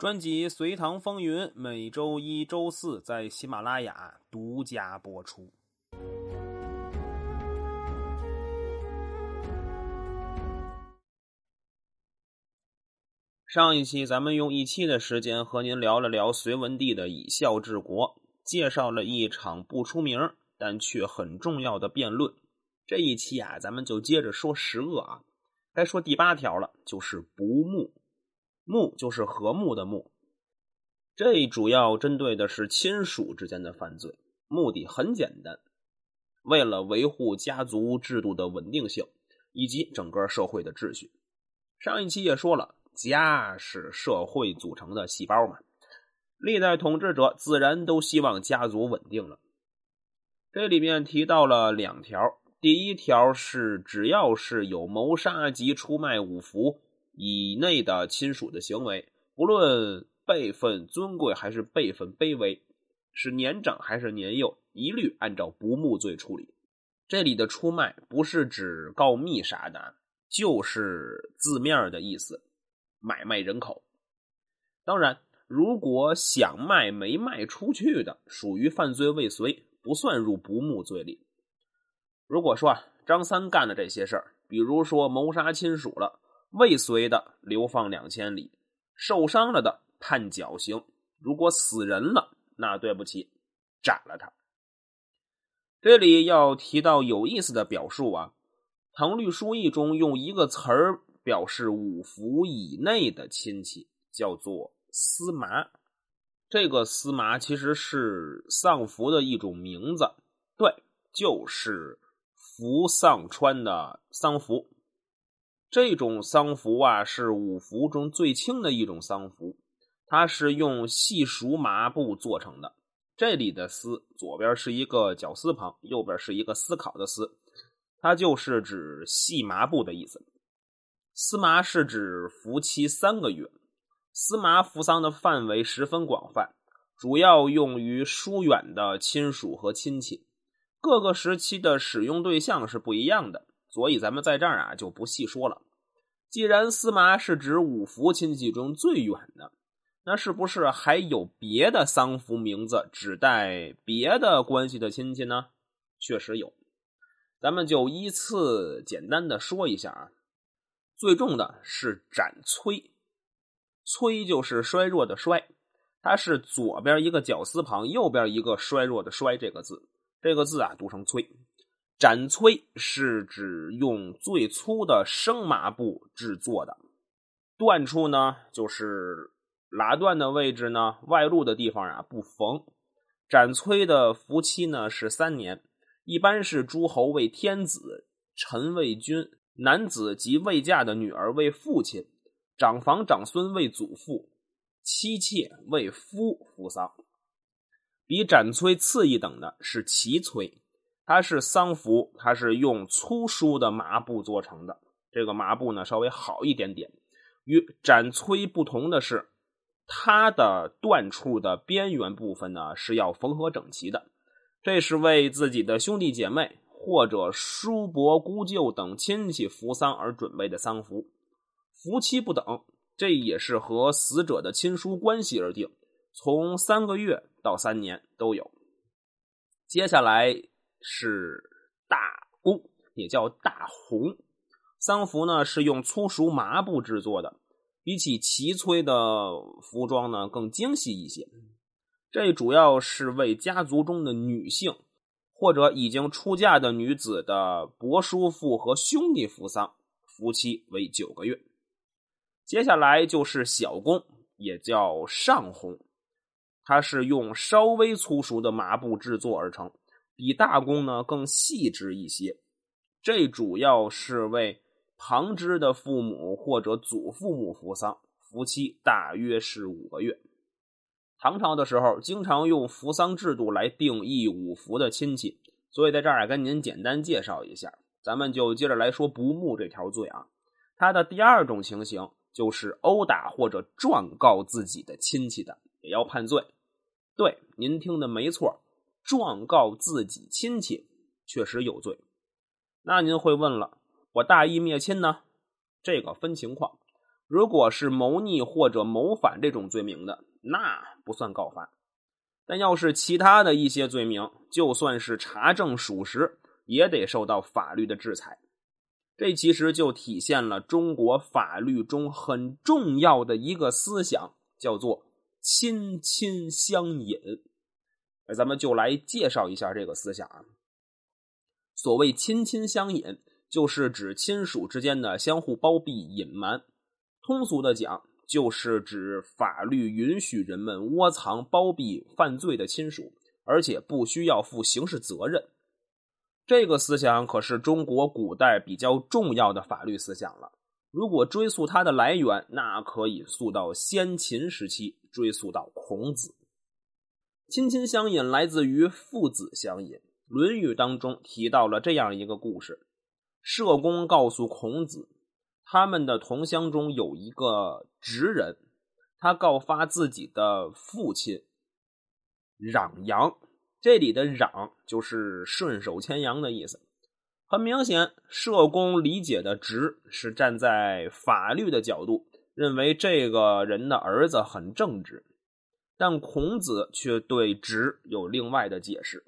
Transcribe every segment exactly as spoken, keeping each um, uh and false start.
专辑《隋唐风云》每周一、周四在喜马拉雅独家播出。上一期咱们用一期的时间和您聊了聊隋文帝的以孝治国，介绍了一场不出名但却很重要的辩论。这一期啊，咱们就接着说十恶啊，该说第八条了，就是不睦。睦就是和睦的睦，这主要针对的是亲属之间的犯罪，目的很简单，为了维护家族制度的稳定性以及整个社会的秩序。上一期也说了，家是社会组成的细胞嘛，历代统治者自然都希望家族稳定了。这里面提到了两条，第一条是只要是有谋杀及出卖五服以内的亲属的行为，不论辈分尊贵还是辈分卑微，是年长还是年幼，一律按照不睦罪处理。这里的出卖不是指告密啥的，就是字面的意思，买卖人口。当然，如果想卖没卖出去的，属于犯罪未遂，不算入不睦罪里。如果说啊，张三干了这些事儿，比如说谋杀亲属了，未遂的流放两千里，受伤了的判绞刑，如果死人了，那对不起，斩了他。这里要提到有意思的表述啊，唐律疏议中用一个词儿表示五服以内的亲戚，叫做司麻。这个司麻其实是丧服的一种名字，对，就是服丧穿的丧服。这种丧服啊，是五服中最轻的一种丧服，它是用细熟麻布做成的。这里的丝，左边是一个绞丝旁，右边是一个思考的思，它就是指细麻布的意思。司麻是指服期三个月，司麻服丧的范围十分广泛，主要用于疏远的亲属和亲戚，各个时期的使用对象是不一样的，所以咱们在这儿啊就不细说了。既然司麻是指五服亲戚中最远的，那是不是还有别的丧服名字指代别的关系的亲戚呢？确实有，咱们就依次简单的说一下啊。最重的是斩崔，崔就是衰弱的衰，它是左边一个绞丝旁，右边一个衰弱的衰这个字，这个字啊读成崔。斩崔是指用最粗的生麻布制作的，断处呢就是拉断的位置呢，外露的地方啊不缝。斩崔的服期呢是三年，一般是诸侯为天子，臣为君，男子及未嫁的女儿为父亲，长房长孙为祖父，妻妾为夫服丧。比斩崔次一等的是齐崔，它是丧服，它是用粗疏的麻布做成的，这个麻布呢稍微好一点点。与斩崔不同的是，它的断处的边缘部分呢是要缝合整齐的，这是为自己的兄弟姐妹或者叔伯姑舅等亲戚服丧而准备的丧服。服期不等，这也是和死者的亲疏关系而定，从三个月到三年都有。接下来是大公，也叫大红。丧服呢是用粗熟麻布制作的，比起齐崔的服装呢更精细一些。这主要是为家族中的女性或者已经出嫁的女子的伯叔父和兄弟服丧，服期为九个月。接下来就是小公，也叫上红，它是用稍微粗熟的麻布制作而成，比大公呢更细致一些。这主要是为旁支的父母或者祖父母服丧，服期大约是五个月。唐朝的时候经常用服丧制度来定义五服的亲戚，所以在这儿跟您简单介绍一下。咱们就接着来说不睦这条罪啊。它的第二种情形就是殴打或者状告自己的亲戚的，也要判罪。对，您听的没错，状告自己亲戚确实有罪。那您会问了，我大义灭亲呢？这个分情况， 如果是谋逆或者谋反这种罪名的，那不算告发。但要是其他的一些罪名，就算是查证属实，也得受到法律的制裁。这其实就体现了中国法律中很重要的一个思想，叫做亲亲相隐。而咱们就来介绍一下这个思想啊。所谓亲亲相隐，就是指亲属之间的相互包庇隐瞒。通俗的讲，就是指法律允许人们窝藏包庇犯罪的亲属，而且不需要负刑事责任。这个思想可是中国古代比较重要的法律思想了。如果追溯它的来源，那可以溯到先秦时期，追溯到孔子。亲亲相隐来自于父子相隐。论语当中提到了这样一个故事，社公告诉孔子，他们的同乡中有一个直人，他告发自己的父亲攘阳。这里的攘就是顺手牵羊的意思。很明显，社公理解的直是站在法律的角度，认为这个人的儿子很正直，但孔子却对直有另外的解释。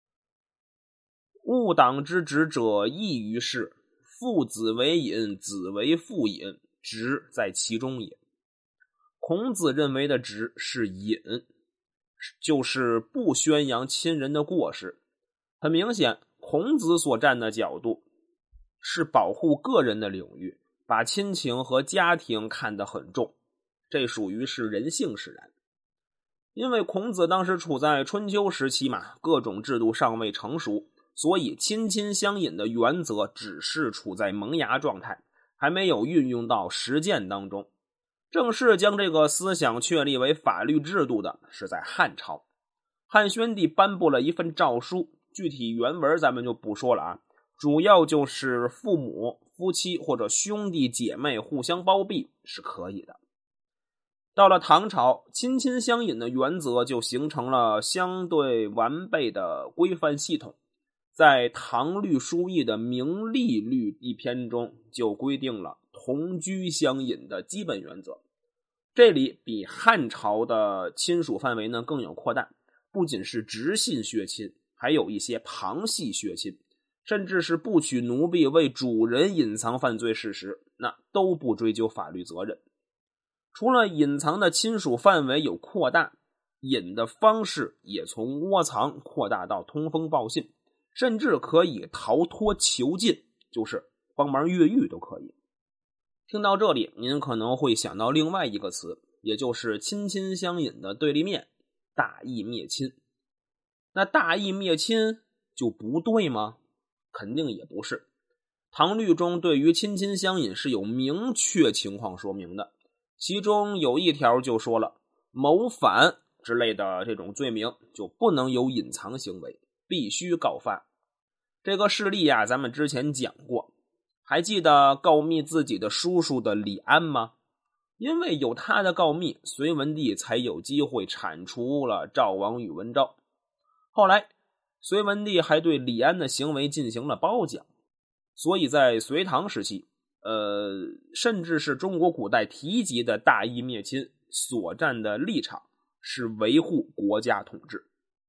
误党之直者异于事，父子为隐，子为父隐，直在其中也。孔子认为的直是隐，就是不宣扬亲人的过失。很明显，孔子所站的角度是保护个人的领域，把亲情和家庭看得很重，这属于是人性使然。因为孔子当时处在春秋时期嘛，各种制度尚未成熟，所以亲亲相隐的原则只是处在萌芽状态，还没有运用到实践当中。正式将这个思想确立为法律制度的是在汉朝。汉宣帝颁布了一份诏书，具体原文咱们就不说了啊，主要就是父母、夫妻或者兄弟姐妹互相包庇是可以的。到了唐朝，亲亲相隐的原则就形成了相对完备的规范系统。在唐律疏议的明利律一篇中就规定了同居相隐的基本原则。这里比汉朝的亲属范围呢更有扩大，不仅是直系血亲，还有一些旁系血亲，甚至是不娶奴婢为主人隐藏犯罪事实，那都不追究法律责任。除了隐藏的亲属范围有扩大，隐的方式也从窝藏扩大到通风报信，甚至可以逃脱囚禁，就是帮忙越狱都可以。听到这里，您可能会想到另外一个词，也就是亲亲相隐的对立面，大义灭亲。那大义灭亲就不对吗？肯定也不是。唐律中对于亲亲相隐是有明确情况说明的，其中有一条就说了，谋反之类的这种罪名就不能有隐藏行为，必须告发。这个事例啊，咱们之前讲过，还记得告密自己的叔叔的李安吗？因为有他的告密，隋文帝才有机会铲除了赵王宇文昭。后来隋文帝还对李安的行为进行了褒奖，所以在隋唐时期呃，甚至是中国古代提及的大义灭亲所站的立场是维护国家统治。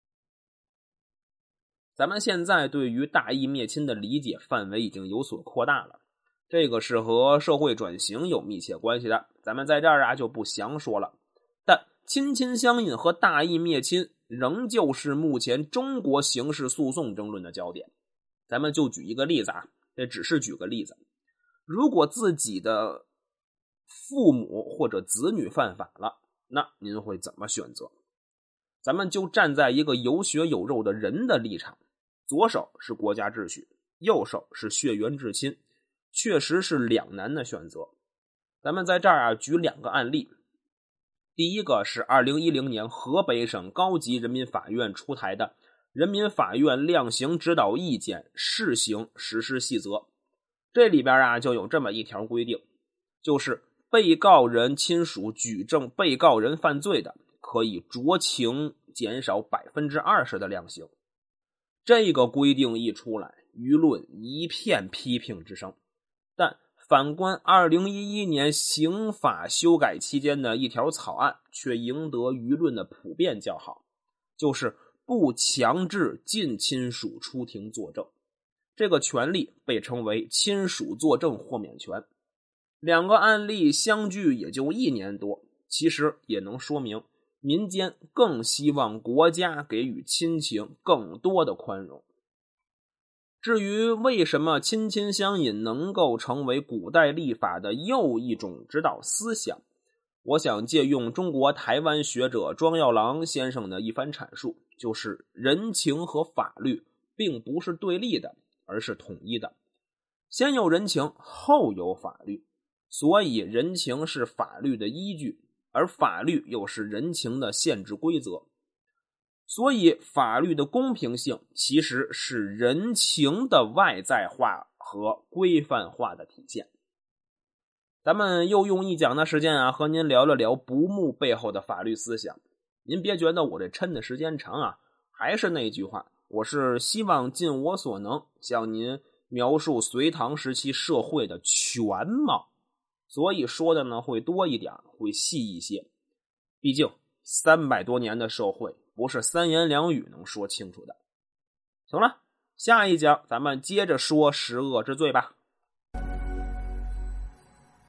咱们现在对于大义灭亲的理解范围已经有所扩大了，这个是和社会转型有密切关系的，咱们在这儿啊就不详说了。但亲亲相隐和大义灭亲仍旧是目前中国刑事诉讼争论的焦点。咱们就举一个例子啊，这只是举个例子。如果自己的父母或者子女犯法了，那您会怎么选择？咱们就站在一个有血有肉的人的立场，左手是国家秩序，右手是血缘至亲，确实是两难的选择。咱们在这儿啊举两个案例。第一个是二零一零年河北省高级人民法院出台的人民法院量刑指导意见试行实施细则，这里边啊就有这么一条规定，就是被告人亲属举证被告人犯罪的，可以酌情减少 百分之二十 的量刑。这个规定一出来，舆论一片批评之声，但反观二零一一年刑法修改期间的一条草案，却赢得舆论的普遍叫好，就是不强制近亲属出庭作证。这个权利被称为亲属作证豁免权。两个案例相距也就一年多，其实也能说明民间更希望国家给予亲情更多的宽容。至于为什么亲亲相隐能够成为古代立法的又一种指导思想，我想借用中国台湾学者庄耀郎先生的一番阐述，就是人情和法律并不是对立的，而是统一的。先有人情，后有法律，所以人情是法律的依据，而法律又是人情的限制规则。所以法律的公平性其实是人情的外在化和规范化的体现。咱们又用一讲的时间啊，和您聊了聊不睦背后的法律思想。您别觉得我这抻的时间长啊，还是那句话，我是希望尽我所能向您描述隋唐时期社会的全貌，所以说的呢会多一点，会细一些。毕竟三百多年的社会不是三言两语能说清楚的。行了，下一讲咱们接着说十恶之罪吧。